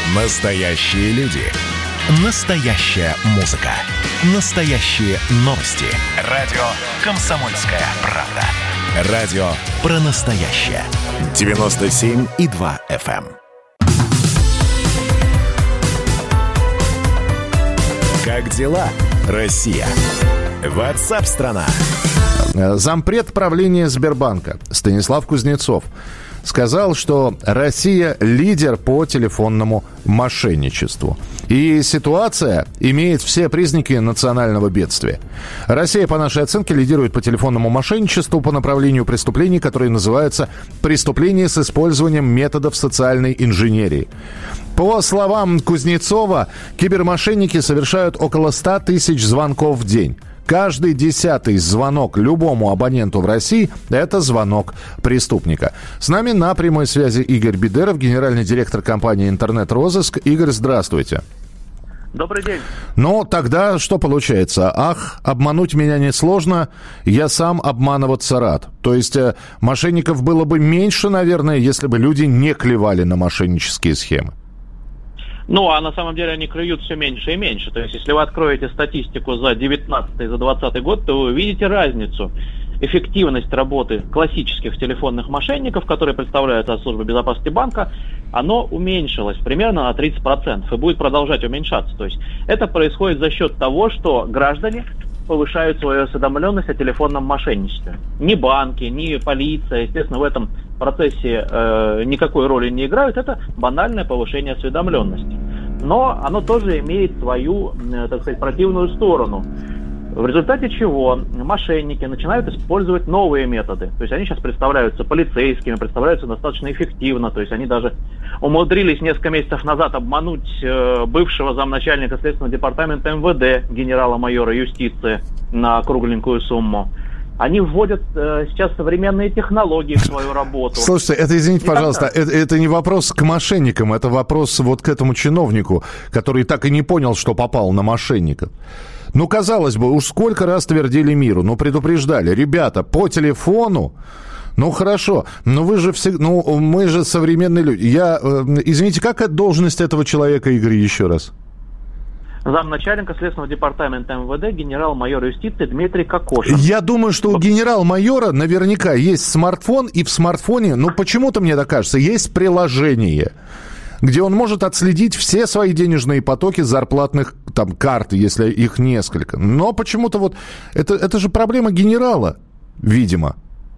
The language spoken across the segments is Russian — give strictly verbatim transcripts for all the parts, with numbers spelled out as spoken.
Настоящие люди. Настоящая музыка. Настоящие новости. Радио «Комсомольская правда». Радио про настоящее. девяносто семь и два эф эм. Как дела, Россия? Ватсап-страна! Зампред правления Сбербанка Станислав Кузнецов сказал, что Россия лидер по телефонному мошенничеству. И ситуация имеет все признаки национального бедствия. Россия, по нашей оценке, лидирует по телефонному мошенничеству по направлению преступлений, которые называются «преступления с использованием методов социальной инженерии». По словам Кузнецова, кибермошенники совершают около ста тысяч звонков в день. Каждый десятый звонок любому абоненту в России – это звонок преступника. С нами на прямой связи Игорь Бедеров, генеральный директор компании «Интернет-розыск». Игорь, здравствуйте. Добрый день. Ну, тогда что получается? Ах, обмануть меня несложно, я сам обманываться рад. То есть э, мошенников было бы меньше, наверное, если бы люди не клевали на мошеннические схемы. Ну, а на самом деле они клюют все меньше и меньше. То есть, если вы откроете статистику за девятнадцатый, за двадцатый год, то вы увидите разницу. Эффективность работы классических телефонных мошенников, которые представляются от службы безопасности банка, оно уменьшилось примерно на тридцать процентов и будет продолжать уменьшаться. То есть, это происходит за счет того, что граждане повышают свою осведомленность о телефонном мошенничестве. Ни банки, ни полиция, естественно, в этом процессе э, никакой роли не играют. Это банальное повышение осведомленности. Но оно тоже имеет свою, э, так сказать, противную сторону. В результате чего мошенники начинают использовать новые методы. То есть они сейчас представляются полицейскими, представляются достаточно эффективно. То есть они даже умудрились несколько месяцев назад обмануть э, бывшего замначальника Следственного департамента эм вэ дэ, генерала-майора юстиции, на кругленькую сумму. Они вводят э, сейчас современные технологии в свою работу. Слушайте, это, извините, не пожалуйста, это, это не вопрос к мошенникам, это вопрос вот к этому чиновнику, который так и не понял, что попал на мошенников. Ну, казалось бы, уж сколько раз твердили миру, ну, предупреждали. Ребята, по телефону, ну, хорошо, но вы же все, ну, мы же современные люди. Я, э, извините, как это должность этого человека, Игорь, еще раз? Замначальника Следственного департамента эм вэ дэ генерал-майор юстиции Дмитрий Кокошин. Я думаю, что у генерал-майора наверняка есть смартфон, и в смартфоне, ну, почему-то мне так кажется, есть приложение, где он может отследить все свои денежные потоки зарплатных там карт, если их несколько. Но почему-то вот это, это же проблема генерала, видимо.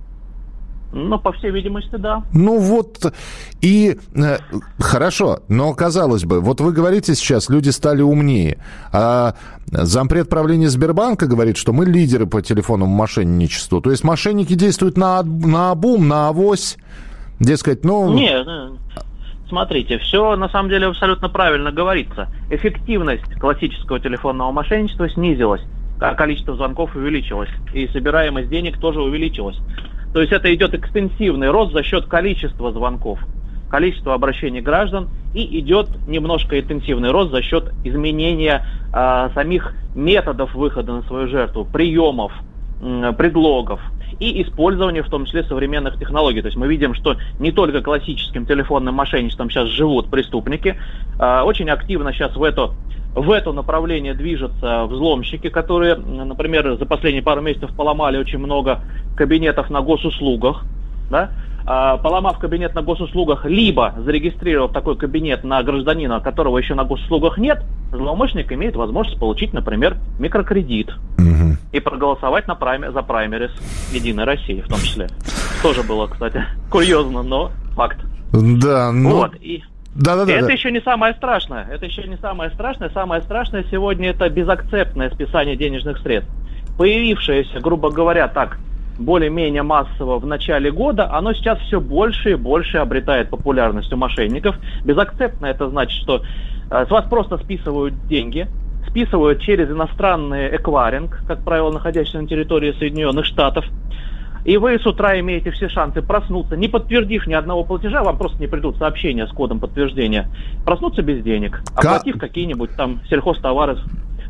Ну, по всей видимости, да. Ну вот, и э, хорошо, но казалось бы, вот вы говорите сейчас, люди стали умнее, а зампред правления Сбербанка говорит, что мы лидеры по телефонному мошенничеству. То есть мошенники действуют на, на обум, на авось, дескать, ну... Нет, смотрите, все на самом деле абсолютно правильно говорится. Эффективность классического телефонного мошенничества снизилась, а количество звонков увеличилось, и собираемость денег тоже увеличилась. То есть это идет экстенсивный рост за счет количества звонков, количества обращений граждан, и идет немножко интенсивный рост за счет изменения э, самих методов выхода на свою жертву, приемов, э, предлогов и использования в том числе современных технологий. То есть мы видим, что не только классическим телефонным мошенничеством сейчас живут преступники, э, очень активно сейчас в эту В это направление движутся взломщики, которые, например, за последние пару месяцев поломали очень много кабинетов на госуслугах. Да? А, поломав кабинет на госуслугах, либо зарегистрировав такой кабинет на гражданина, которого еще на госуслугах нет, злоумышленник имеет возможность получить, например, микрокредит. Угу. И проголосовать на прайме, за праймерис Единой России в том числе. Тоже было, кстати, курьезно, но факт. Да, ну... Вот, и... Да, да, да, это да. еще не самое страшное. Это еще не самое страшное. Самое страшное сегодня это безакцептное списание денежных средств. Появившееся, грубо говоря, так, более-менее массово в начале года, оно сейчас все больше и больше обретает популярность у мошенников. Безакцептно это значит, что э, с вас просто списывают деньги, списывают через иностранный эквайринг, как правило, находящийся на территории Соединенных Штатов. И вы с утра имеете все шансы проснуться, не подтвердив ни одного платежа, вам просто не придут сообщения с кодом подтверждения, проснуться без денег, оплатив какие-нибудь там сельхозтовары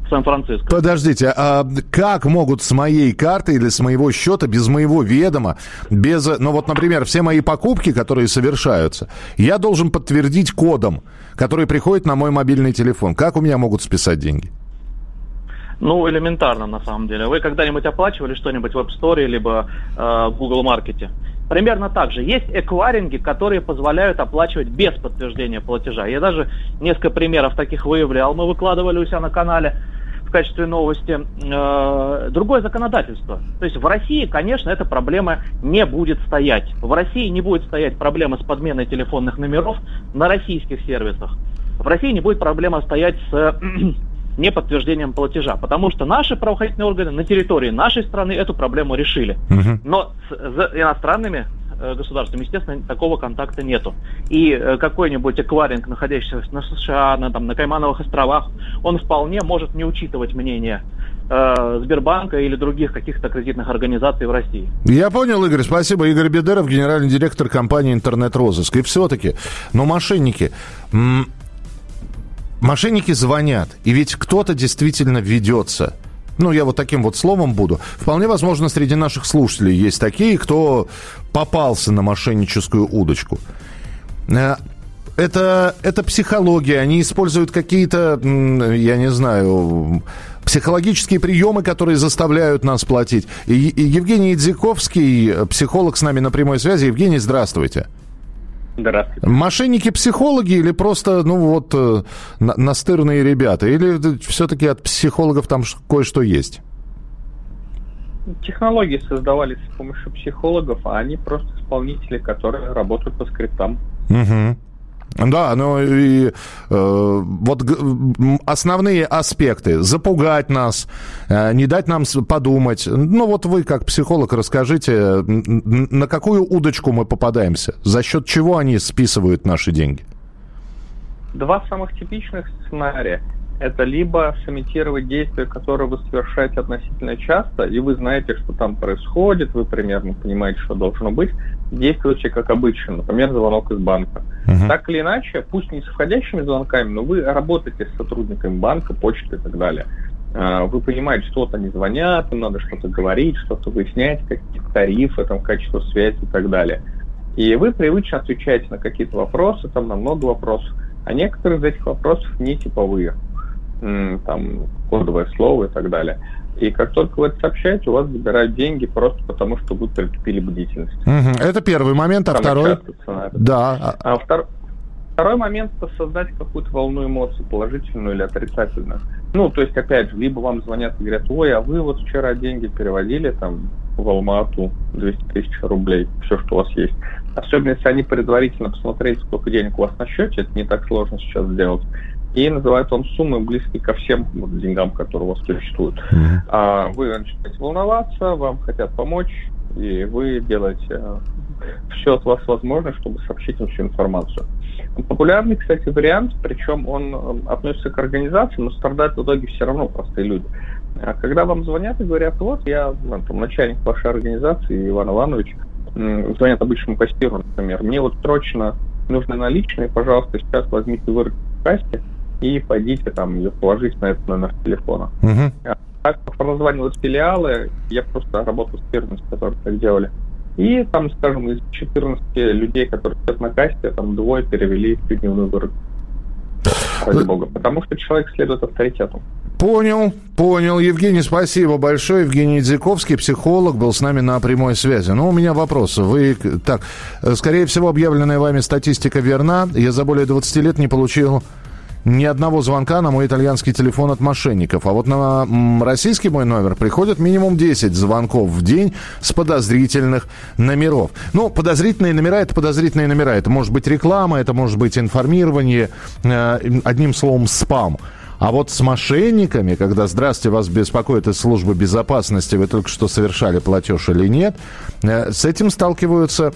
в Сан-Франциско. Подождите, а как могут с моей карты или с моего счета, без моего ведома, без... Ну вот, например, все мои покупки, которые совершаются, я должен подтвердить кодом, который приходит на мой мобильный телефон. Как у меня могут списать деньги? Ну, элементарно, на самом деле. Вы когда-нибудь оплачивали что-нибудь в App Store, либо э, в Google Маркете? Примерно так же. Есть эквайринги, которые позволяют оплачивать без подтверждения платежа. Я даже несколько примеров таких выявлял. Мы выкладывали у себя на канале в качестве новости. Э, другое законодательство. То есть в России, конечно, эта проблема не будет стоять. В России не будет стоять проблема с подменой телефонных номеров на российских сервисах. В России не будет проблема стоять с... неподтверждением платежа, потому что наши правоохранительные органы на территории нашей страны эту проблему решили. Uh-huh. Но с, с иностранными э, государствами, естественно, такого контакта нету. И э, какой-нибудь эквайринг, находящийся на США, на, там, на Каймановых островах, он вполне может не учитывать мнение э, Сбербанка или других каких-то кредитных организаций в России. Я понял, Игорь, спасибо. Игорь Бедеров, генеральный директор компании «Интернет-розыск». И все-таки, но мошенники... М- Мошенники звонят, и ведь кто-то действительно ведется. Ну, я вот таким вот словом буду. Вполне возможно, среди наших слушателей есть такие, кто попался на мошенническую удочку. Это, это психология, они используют какие-то, я не знаю, психологические приемы, которые заставляют нас платить. И, и Евгений Идзиковский, психолог, с нами на прямой связи. Евгений, здравствуйте. Здравствуйте. Мошенники-психологи или просто, ну вот, э, на- настырные ребята? Или все-таки от психологов там ш- кое-что есть? Технологии создавались с помощью психологов, а они просто исполнители, которые работают по скриптам. Угу. Да, ну и э, вот г- основные аспекты. Запугать нас, э, не дать нам подумать. Ну вот вы, как психолог, расскажите, на какую удочку мы попадаемся? За счет чего они списывают наши деньги? Два самых типичных сценария. Это либо сымитировать действия, которые вы совершаете относительно часто, и вы знаете, что там происходит, вы примерно понимаете, что должно быть, действуйте как обычно, например, звонок из банка. Uh-huh. Так или иначе, пусть не с входящими звонками, но вы работаете с сотрудниками банка, почты и так далее. Вы понимаете, что вот они звонят, им надо что-то говорить, что-то выяснять, какие-то тарифы, там, качество связи и так далее. И вы привычно отвечаете на какие-то вопросы, там на много вопросов, а некоторые из этих вопросов не типовые. Там кодовое слово и так далее. И как только вы это сообщаете, у вас забирают деньги просто потому, что вы притупили бдительность. Угу. Это первый момент, а Самый второй? Да. А втор... второй момент — это создать какую-то волну эмоций, положительную или отрицательную. Ну, то есть, опять же, либо вам звонят и говорят: ой, а вы вот вчера деньги переводили там в Алма-Ату двести тысяч рублей, все, что у вас есть. Особенно, если они предварительно посмотрели, сколько денег у вас на счете, это не так сложно сейчас сделать. И называют вам суммы, близкие ко всем вот, деньгам, которые у вас существуют. Mm-hmm. А вы начинаете волноваться, вам хотят помочь, и вы делаете э, все от вас возможное, чтобы сообщить им всю информацию. Популярный, кстати, вариант, причем он э, относится к организациям, но страдают в итоге все равно простые люди. А когда вам звонят и говорят: вот, я там, начальник вашей организации, Иван Иванович, э, звонят обычному кассиру, например, мне вот срочно нужны наличные, пожалуйста, сейчас возьмите выручку в кассе и пойдите там ее положить на этот номер телефона. Uh-huh. А так как прозванивают филиалы, я просто работал с фирмой, с которой так делали. И там, скажем, из четырнадцати людей, которые сидят на кассе, там двое перевели всю дневную выручку. Ради бога. Потому что человек следует авторитету. Понял, понял. Евгений, спасибо большое. Евгений Дзиковский, психолог, был с нами на прямой связи. Но у меня вопрос. Вы, так, скорее всего, объявленная вами статистика верна. Я за более двадцати лет не получил ни одного звонка на мой итальянский телефон от мошенников. А вот на м, российский мой номер приходит минимум десять звонков в день с подозрительных номеров. Ну, подозрительные номера — это подозрительные номера. Это может быть реклама, это может быть информирование, э, одним словом, спам. А вот с мошенниками, когда «Здравствуйте, вас беспокоит из службы безопасности, вы только что совершали платеж или нет», э, с этим сталкиваются...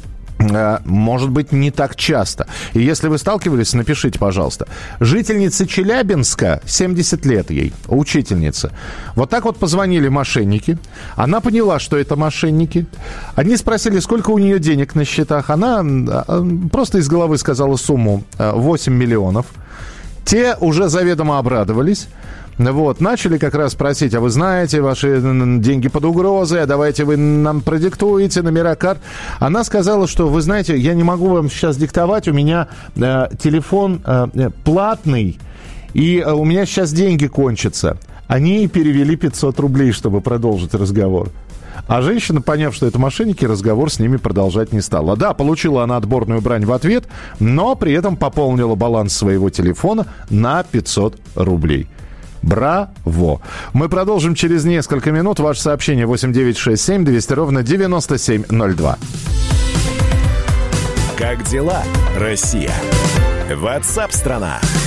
может быть, не так часто. И если вы сталкивались, напишите, пожалуйста. Жительница Челябинска, семьдесят лет ей, учительница. Вот так вот позвонили мошенники. Она поняла, что это мошенники. Они спросили, сколько у нее денег на счетах. Она просто из головы сказала сумму восемь миллионов. Те уже заведомо обрадовались. Вот, начали как раз просить, а вы знаете, ваши деньги под угрозой, а давайте вы нам продиктуете номера карт. Она сказала, что, вы знаете, я не могу вам сейчас диктовать, у меня э, телефон э, платный, и э, у меня сейчас деньги кончатся. Они перевели пятьсот рублей, чтобы продолжить разговор. А женщина, поняв, что это мошенники, разговор с ними продолжать не стала. Да, получила она отборную брань в ответ, но при этом пополнила баланс своего телефона на пятьсот рублей. Браво! Мы продолжим через несколько минут. Ваше сообщение восемь девятьсот шестьдесят семь двести ровно девяносто семь ноль два. Как дела, Россия? WhatsApp-страна.